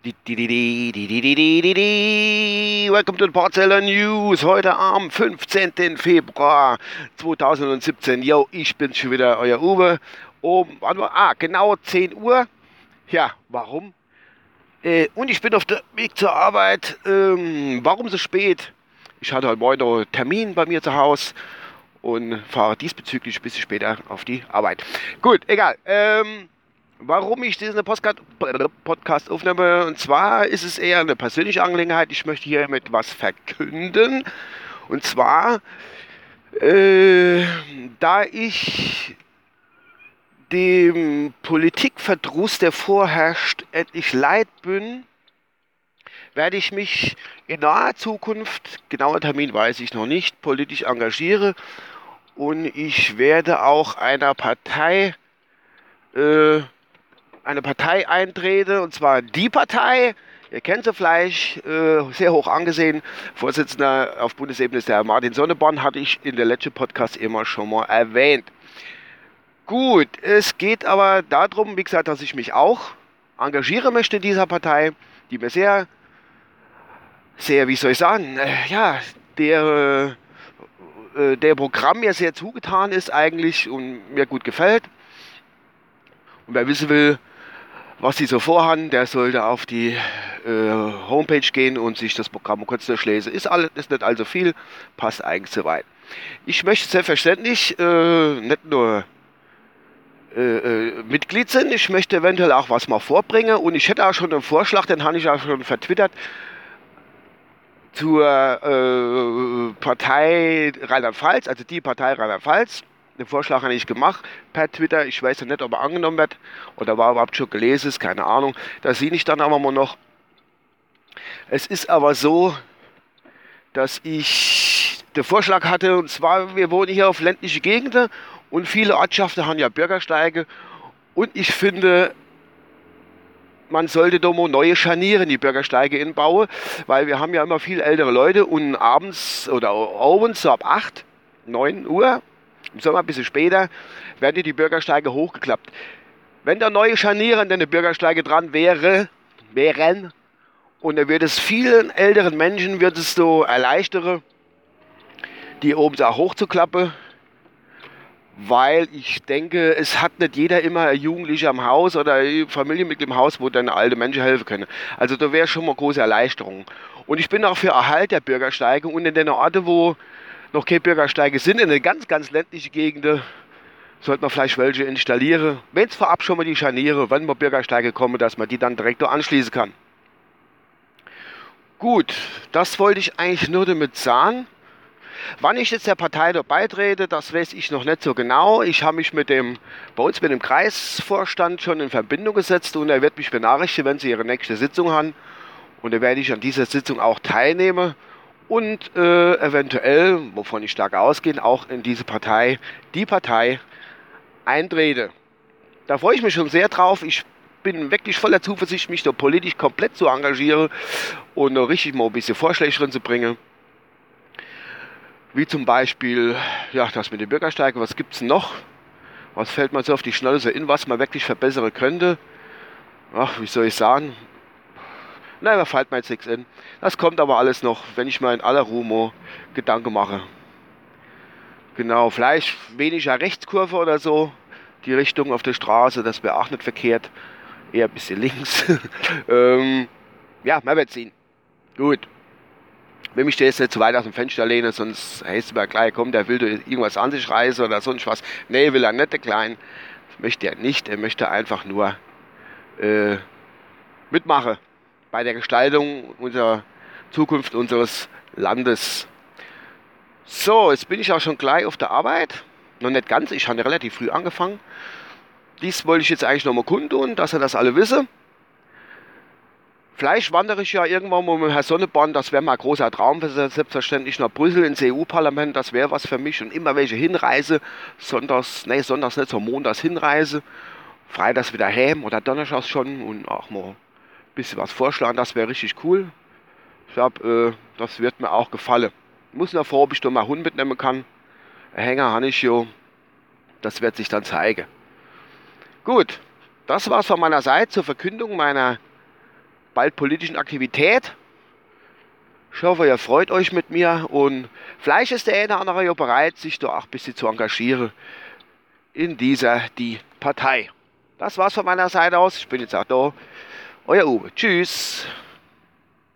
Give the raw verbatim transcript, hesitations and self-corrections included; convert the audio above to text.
Di, di, di, di, di, di, di, di, di, di. Welcome to the Porzeller News. Heute am fünfzehnten Februar zweitausendsiebzehn. Yo, ich bin schon wieder, euer Uwe. Um, warte mal, ah, genau zehn Uhr. Ja, warum? Äh, und ich bin auf dem Weg zur Arbeit. Ähm, warum so spät? Ich hatte heute Morgen noch einen Termin bei mir zu Hause und fahre diesbezüglich ein bisschen später auf die Arbeit. Gut, egal. Ähm, warum ich diesen Podcast, Podcast aufnehme, und zwar ist es eher eine persönliche Angelegenheit. Ich möchte hier mit was verkünden. Und zwar, äh, da ich dem Politikverdruss, der vorherrscht, endlich leid bin, werde ich mich in naher Zukunft, genauer Termin weiß ich noch nicht, politisch engagieren. Und ich werde auch einer Partei, äh, eine Partei eintreten, und zwar die Partei, ihr kennt sie vielleicht, äh, sehr hoch angesehen. Vorsitzender auf Bundesebene ist der Herr Martin Sonneborn, hatte ich in der letzten Podcast immer schon mal erwähnt. Gut, es geht aber darum, wie gesagt, dass ich mich auch engagieren möchte in dieser Partei, die mir sehr, sehr, wie soll ich sagen, äh, ja, der, äh, der Programm mir sehr zugetan ist eigentlich und mir gut gefällt. Und wer wissen will, was sie so vorhaben, der sollte auf die äh, Homepage gehen und sich das Programm kurz durchlesen. Ist, alles, ist nicht allzu viel, passt eigentlich soweit. Ich möchte selbstverständlich äh, nicht nur äh, äh, Mitglied sein, ich möchte eventuell auch was mal vorbringen, und ich hätte auch schon einen Vorschlag, den habe ich auch schon vertwittert, zur äh, Partei Rheinland-Pfalz, also die Partei Rheinland-Pfalz. Den Vorschlag habe ich gemacht per Twitter. Ich weiß ja nicht, ob er angenommen wird oder war überhaupt schon gelesen ist, keine Ahnung. Da sehe ich dann aber mal noch. Es ist aber so, dass ich den Vorschlag hatte, und zwar, wir wohnen hier auf ländliche Gegenden und viele Ortschaften haben ja Bürgersteige, und ich finde, man sollte da mal neue Scharniere in die Bürgersteige inbauen, weil wir haben ja immer viel ältere Leute, und abends oder abends so ab acht, neun Uhr, im Sommer ein bisschen später, werden die Bürgersteige hochgeklappt. Wenn da neue Scharniere an den Bürgersteige dran wäre, wären, und dann würde es vielen älteren Menschen wird es so erleichtern, die oben so hochzuklappen, weil ich denke, es hat nicht jeder immer ein Jugendlicher im Haus oder ein Familienmitglied im Haus, wo dann alte Menschen helfen können. Also da wäre schon mal große Erleichterung. Und ich bin auch für Erhalt der Bürgersteige, und in den Orten, wo noch keine Bürgersteige sind, in den ganz, ganz ländlichen Gegenden, sollte man vielleicht welche installieren. Wenn es vorab schon mal die Scharniere, wenn mal Bürgersteige kommen, dass man die dann direkt anschließen kann. Gut, das wollte ich eigentlich nur damit sagen. Wann ich jetzt der Partei da beitrete, das weiß ich noch nicht so genau. Ich habe mich mit dem, bei uns mit dem Kreisvorstand schon in Verbindung gesetzt, und er wird mich benachrichtigen, wenn sie ihre nächste Sitzung haben. Und da werde ich an dieser Sitzung auch teilnehmen und äh, eventuell, wovon ich stark ausgehe, auch in diese Partei, die Partei, eintrete. Da freue ich mich schon sehr drauf. Ich bin wirklich voller Zuversicht, mich da politisch komplett zu engagieren und da richtig mal ein bisschen Vorschläge drin zu bringen. Wie zum Beispiel, ja, das mit den Bürgersteigen, was gibt es noch? Was fällt mir so auf die Schnelle so in, was man wirklich verbessern könnte? Ach, wie soll ich sagen? Nein, da fällt mir jetzt nichts in. Das kommt aber alles noch, wenn ich mal in aller Ruhe mal Gedanken mache. Genau, vielleicht weniger Rechtskurve oder so, die Richtung auf der Straße, das wäre auch nicht verkehrt. Eher ein bisschen links. ähm, ja, man wird sehen. Gut. Wenn mich der jetzt nicht zu weit aus dem Fenster lehne, sonst heißt es mir gleich, komm, der will irgendwas an sich reißen oder sonst was. Nee, will er nicht, der Klein. Das möchte er nicht. Er möchte einfach nur äh, mitmachen bei der Gestaltung unserer Zukunft unseres Landes. So, jetzt bin ich auch schon gleich auf der Arbeit. Noch nicht ganz, ich habe relativ früh angefangen. Dies wollte ich jetzt eigentlich nochmal kundtun, dass ihr das alle wissen. Vielleicht wandere ich ja irgendwann mal mit Herrn Sonneborn, das wäre mal ein großer Traum, selbstverständlich nach Brüssel ins E U-Parlament, das wäre was für mich, und immer welche Hinreise, sonntags, nee, sonntags nicht, so montags Hinreise, freitags wieder heim oder donnerstags schon, und auch mal ein bisschen was vorschlagen, das wäre richtig cool. Ich glaube, äh, das wird mir auch gefallen. Ich muss noch vor, ob ich da mal einen Hund mitnehmen kann. Ein Hänger habe ich ja, das wird sich dann zeigen. Gut, das war's von meiner Seite zur Verkündung meiner bald politischen Aktivität. Ich hoffe, ihr freut euch mit mir und vielleicht ist der eine oder andere ja bereit, sich da auch ein bisschen zu engagieren in dieser die Partei. Das war's von meiner Seite aus. Ich bin jetzt auch da. Euer Uwe. Tschüss.